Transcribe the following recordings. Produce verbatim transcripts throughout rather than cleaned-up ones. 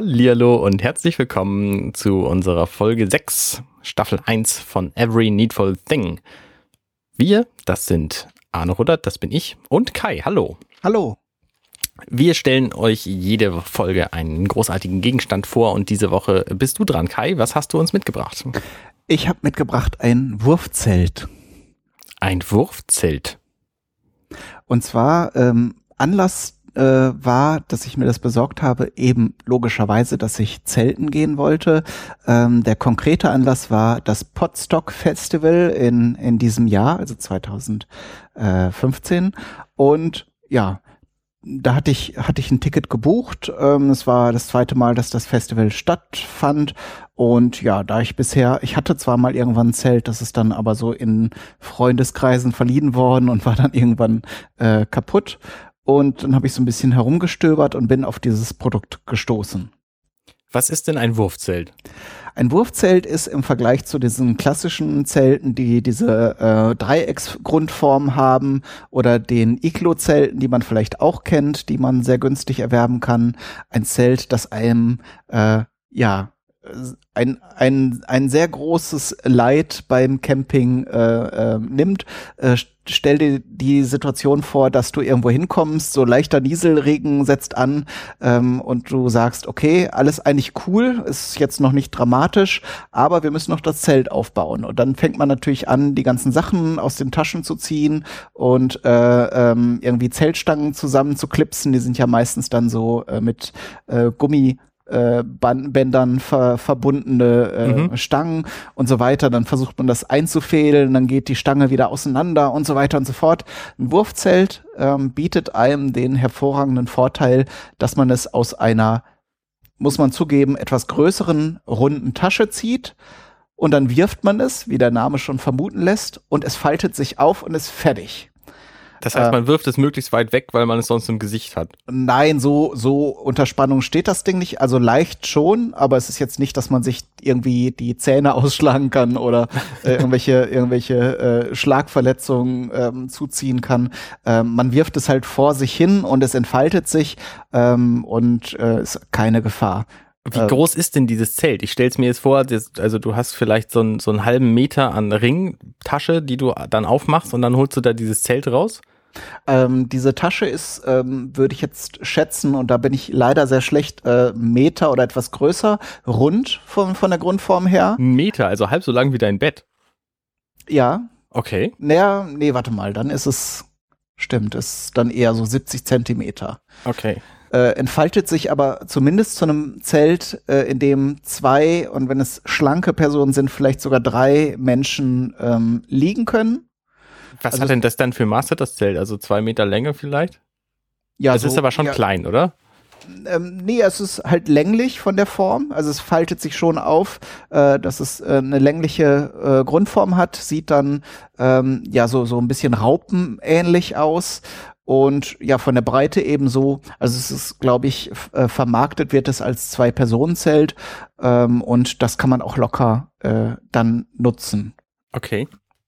Hallihallo und herzlich willkommen zu unserer Folge sechs, Staffel eins von Every Needful Thing. Wir, das sind Arne Ruddert, das bin ich, und Kai. Hallo. Hallo. Wir stellen euch jede Folge einen großartigen Gegenstand vor und diese Woche bist du dran, Kai. Was hast du uns mitgebracht? Ich habe mitgebracht ein Wurfzelt. Ein Wurfzelt? Und zwar ähm, Anlass äh, war, dass ich mir das besorgt habe, eben logischerweise, dass ich zelten gehen wollte. Ähm, der konkrete Anlass war das Podstock Festival in in diesem Jahr, also zweitausendfünfzehn. Und ja, da hatte ich hatte ich ein Ticket gebucht. Ähm, es war das zweite Mal, dass das Festival stattfand. Und ja, da ich bisher, ich hatte zwar mal irgendwann ein Zelt, das ist dann aber so in Freundeskreisen verliehen worden und war dann irgendwann äh, kaputt. Und dann habe ich so ein bisschen herumgestöbert und bin auf dieses Produkt gestoßen. Was ist denn ein Wurfzelt? Ein Wurfzelt ist im Vergleich zu diesen klassischen Zelten, die diese äh, Dreiecksgrundform haben, oder den Iglo-Zelten, die man vielleicht auch kennt, die man sehr günstig erwerben kann, ein Zelt, das einem äh, ja ein ein ein sehr großes Leid beim Camping äh, äh, nimmt. Äh, stell dir die Situation vor, dass du irgendwo hinkommst, so leichter Nieselregen setzt an ähm, und du sagst, okay, alles eigentlich cool, ist jetzt noch nicht dramatisch, aber wir müssen noch das Zelt aufbauen. Und dann fängt man natürlich an, die ganzen Sachen aus den Taschen zu ziehen und äh, ähm, irgendwie Zeltstangen zusammenzuklipsen. Die sind ja meistens dann so äh, mit äh, Gummi Äh, Bändern ver verbundene äh, mhm. Stangen und so weiter. Dann versucht man das einzufädeln, dann geht die Stange wieder auseinander und so weiter und so fort. Ein Wurfzelt ähm, bietet einem den hervorragenden Vorteil, dass man es aus einer, muss man zugeben, etwas größeren, runden Tasche zieht und dann wirft man es, wie der Name schon vermuten lässt, und es faltet sich auf und ist fertig. Das heißt, man wirft es möglichst weit weg, weil man es sonst im Gesicht hat. Nein, so so unter Spannung steht das Ding nicht. Also leicht schon, aber es ist jetzt nicht, dass man sich irgendwie die Zähne ausschlagen kann oder äh, irgendwelche irgendwelche äh, Schlagverletzungen ähm, zuziehen kann. Ähm, man wirft es halt vor sich hin und es entfaltet sich ähm, und äh, ist keine Gefahr. Wie groß ist denn dieses Zelt? Ich stelle es mir jetzt vor, das, also du hast vielleicht so einen, so einen halben Meter an Ringtasche, die du dann aufmachst und dann holst du da dieses Zelt raus? Ähm, diese Tasche ist, ähm, würde ich jetzt schätzen, und da bin ich leider sehr schlecht, äh, Meter oder etwas größer, rund von, von der Grundform her. Ein Meter, also halb so lang wie dein Bett? Ja. Okay. Naja, nee, warte mal, dann ist es, stimmt, ist dann eher so siebzig Zentimeter. Okay. Äh, entfaltet sich aber zumindest zu einem Zelt, äh, in dem zwei, und wenn es schlanke Personen sind, vielleicht sogar drei Menschen ähm, liegen können. Was also, hat denn das dann für Maße, das Zelt? Also zwei Meter Länge vielleicht? Ja, das so, ist aber schon ja, klein, oder? Ähm, nee, es ist halt länglich von der Form. Also es faltet sich schon auf, äh, dass es äh, eine längliche äh, Grundform hat, sieht dann ähm, ja so, so ein bisschen raupenähnlich aus. Und ja, von der Breite ebenso. Also es ist, glaube ich, f- äh, vermarktet wird es als Zwei-Personen-Zelt. Ähm, und das kann man auch locker äh, dann nutzen. Okay.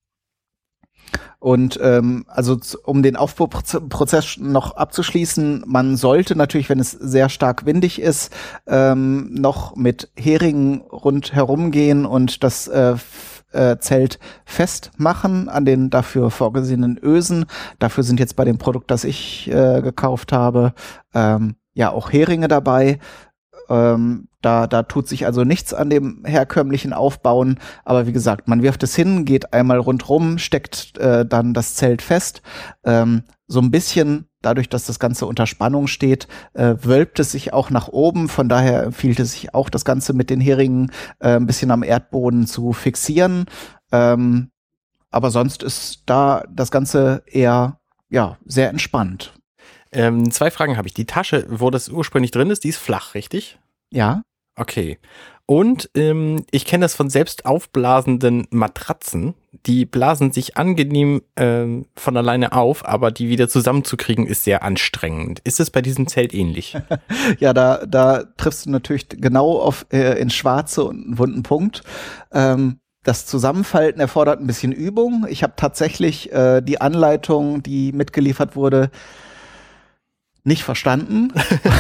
Und ähm, also z- um den Aufbauprozess noch abzuschließen, man sollte natürlich, wenn es sehr stark windig ist, ähm, noch mit Heringen rundherum gehen und das äh, f- äh, Zelt festmachen an den dafür vorgesehenen Ösen. Dafür sind jetzt bei dem Produkt, das ich äh, gekauft habe, ähm, ja auch Heringe dabei. Ähm, da, da tut sich also nichts an dem herkömmlichen Aufbauen, aber wie gesagt, man wirft es hin, geht einmal rundrum, steckt äh, dann das Zelt fest. Ähm, so ein bisschen, dadurch, dass das Ganze unter Spannung steht, äh, wölbt es sich auch nach oben. Von daher empfiehlt es sich auch, das Ganze mit den Heringen äh, ein bisschen am Erdboden zu fixieren. Ähm, aber sonst ist da das Ganze eher ja sehr entspannt. Ähm, zwei Fragen habe ich. Die Tasche, wo das ursprünglich drin ist, die ist flach, richtig? Ja. Okay. Und ähm, ich kenne das von selbst aufblasenden Matratzen. Die blasen sich angenehm ähm, von alleine auf, aber die wieder zusammenzukriegen ist sehr anstrengend. Ist es bei diesem Zelt ähnlich? Ja, da, da triffst du natürlich genau auf äh, ins Schwarze und einen wunden Punkt. Ähm, Das Zusammenfalten erfordert ein bisschen Übung. Ich habe tatsächlich äh, die Anleitung, die mitgeliefert wurde, nicht verstanden.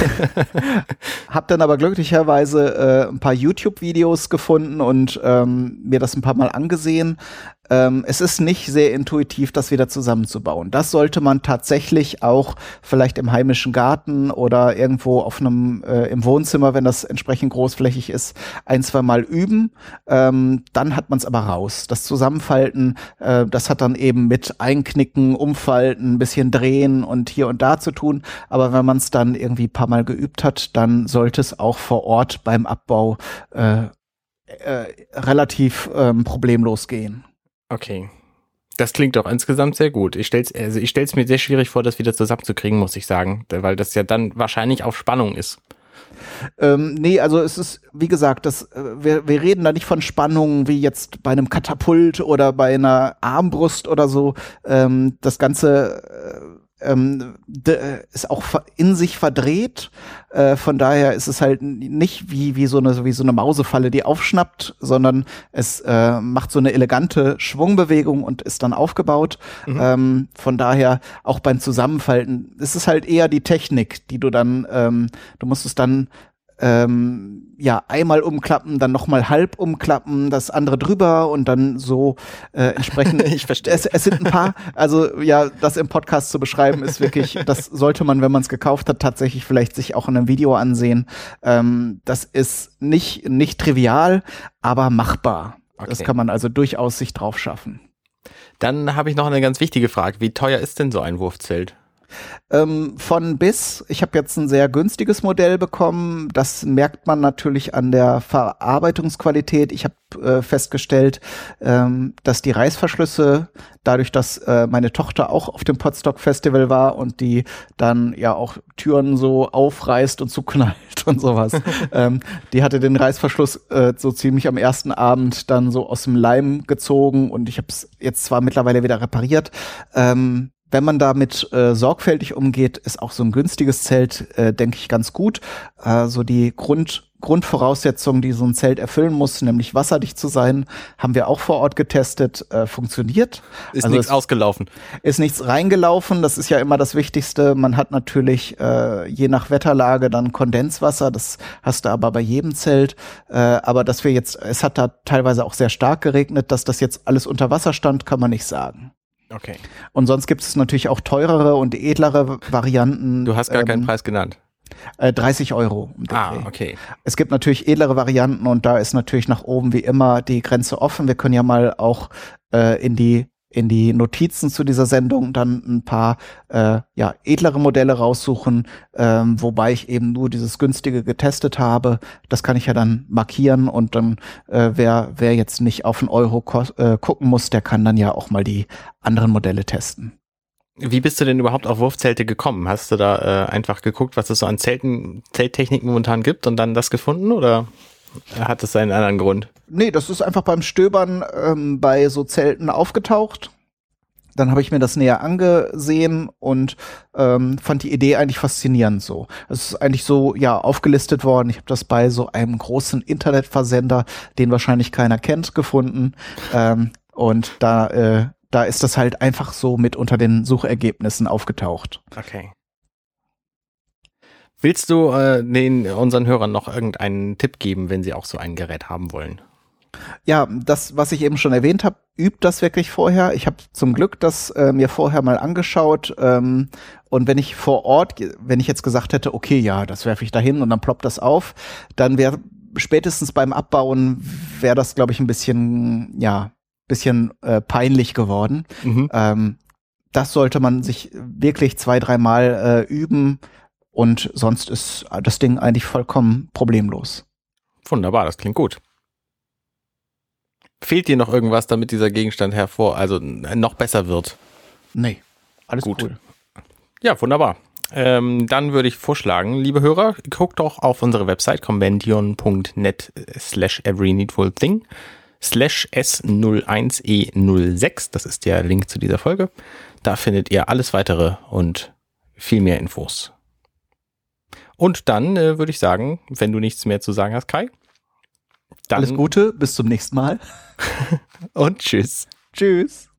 Hab dann aber glücklicherweise äh, ein paar YouTube-Videos gefunden und ähm, mir das ein paar Mal angesehen. Ähm, es ist nicht sehr intuitiv, das wieder zusammenzubauen. Das sollte man tatsächlich auch vielleicht im heimischen Garten oder irgendwo auf einem äh, im Wohnzimmer, wenn das entsprechend großflächig ist, ein, zwei Mal üben. Ähm, dann hat man es aber raus. Das Zusammenfalten, äh, das hat dann eben mit Einknicken, Umfalten, ein bisschen drehen und hier und da zu tun. Aber wenn man es dann irgendwie ein paar Mal geübt hat, dann sollte es auch vor Ort beim Abbau äh, äh, relativ ähm, problemlos gehen. Okay. Das klingt doch insgesamt sehr gut. Ich stell's, also ich stell's mir sehr schwierig vor, das wieder zusammenzukriegen, muss ich sagen, weil das ja dann wahrscheinlich auf Spannung ist. Ähm, nee, also es ist, wie gesagt, das, äh, wir, wir reden da nicht von Spannungen wie jetzt bei einem Katapult oder bei einer Armbrust oder so. Ähm, das Ganze äh, ähm, de, ist auch in sich verdreht. Äh, von daher ist es halt nicht wie, wie, so eine, wie so eine Mausefalle, die aufschnappt, sondern es äh, macht so eine elegante Schwungbewegung und ist dann aufgebaut. Mhm. Ähm, von daher auch beim Zusammenfalten ist es halt eher die Technik, die du dann, ähm, du musst es dann Ähm, ja, einmal umklappen, dann nochmal halb umklappen, das andere drüber und dann so äh, entsprechend. Ich verstehe. Es, es sind ein paar, also ja, das im Podcast zu beschreiben ist wirklich, das sollte man, wenn man es gekauft hat, tatsächlich vielleicht sich auch in einem Video ansehen. Ähm, das ist nicht, nicht trivial, aber machbar. Okay. Das kann man also durchaus sich drauf schaffen. Dann habe ich noch eine ganz wichtige Frage. Wie teuer ist denn so ein Wurfzelt? Ähm, von bis. Ich habe jetzt ein sehr günstiges Modell bekommen. Das merkt man natürlich an der Verarbeitungsqualität. Ich habe äh, festgestellt, ähm, dass die Reißverschlüsse, dadurch, dass äh, meine Tochter auch auf dem Podstock Festival war und die dann ja auch Türen so aufreißt und zuknallt und sowas, ähm, die hatte den Reißverschluss äh, so ziemlich am ersten Abend dann so aus dem Leim gezogen und ich habe es jetzt zwar mittlerweile wieder repariert. Ähm, Wenn man damit äh, sorgfältig umgeht, ist auch so ein günstiges Zelt, äh, denke ich, ganz gut. Äh, so die Grund, Grundvoraussetzungen, die so ein Zelt erfüllen muss, nämlich wasserdicht zu sein, haben wir auch vor Ort getestet, äh, funktioniert. Ist also nichts ausgelaufen. Ist nichts reingelaufen, das ist ja immer das Wichtigste. Man hat natürlich äh, je nach Wetterlage dann Kondenswasser, das hast du aber bei jedem Zelt. Äh, aber dass wir jetzt, es hat da teilweise auch sehr stark geregnet, dass das jetzt alles unter Wasser stand, kann man nicht sagen. Okay. Und sonst gibt es natürlich auch teurere und edlere Varianten. Du hast gar ähm, keinen Preis genannt. Äh, dreißig Euro. Um ah, okay. Es gibt natürlich edlere Varianten und da ist natürlich nach oben wie immer die Grenze offen. Wir können ja mal auch äh, in die in die Notizen zu dieser Sendung dann ein paar äh, ja edlere Modelle raussuchen, ähm, wobei ich eben nur dieses günstige getestet habe. Das kann ich ja dann markieren und dann äh, wer wer jetzt nicht auf einen Euro äh, gucken muss, der kann dann ja auch mal die anderen Modelle testen. Wie bist du denn überhaupt auf Wurfzelte gekommen? Hast du da äh, einfach geguckt, was es so an Zelten, Zelttechniken momentan gibt und dann das gefunden oder hat es einen anderen Grund? Nee, das ist einfach beim Stöbern ähm, bei so Zelten aufgetaucht. Dann habe ich mir das näher angesehen und ähm, fand die Idee eigentlich faszinierend so. Es ist eigentlich so, ja, aufgelistet worden. Ich habe das bei so einem großen Internetversender, den wahrscheinlich keiner kennt, gefunden. Ähm, und da, äh, da ist das halt einfach so mit unter den Suchergebnissen aufgetaucht. Okay. Willst du äh, den unseren Hörern noch irgendeinen Tipp geben, wenn sie auch so ein Gerät haben wollen? Ja, das, was ich eben schon erwähnt habe, übt das wirklich vorher. Ich habe zum Glück das äh, mir vorher mal angeschaut. Ähm, und wenn ich vor Ort, wenn ich jetzt gesagt hätte, okay, ja, das werfe ich da hin und dann ploppt das auf, dann wäre spätestens beim Abbauen, wäre das, glaube ich, ein bisschen, ja, bisschen äh, peinlich geworden. Mhm. Ähm, das sollte man sich wirklich zwei, dreimal äh, üben. Und sonst ist das Ding eigentlich vollkommen problemlos. Wunderbar, das klingt gut. Fehlt dir noch irgendwas, damit dieser Gegenstand hervor, also noch besser wird? Nee, alles gut. Cool. Ja, wunderbar. Ähm, dann würde ich vorschlagen, liebe Hörer, guckt doch auf unsere Website convention.net slash every needful thing slash S null eins E null sechs. Das ist der Link zu dieser Folge. Da findet ihr alles weitere und viel mehr Infos. Und dann äh, würde ich sagen, wenn du nichts mehr zu sagen hast, Kai. Dann alles Gute, bis zum nächsten Mal. Und tschüss. Tschüss.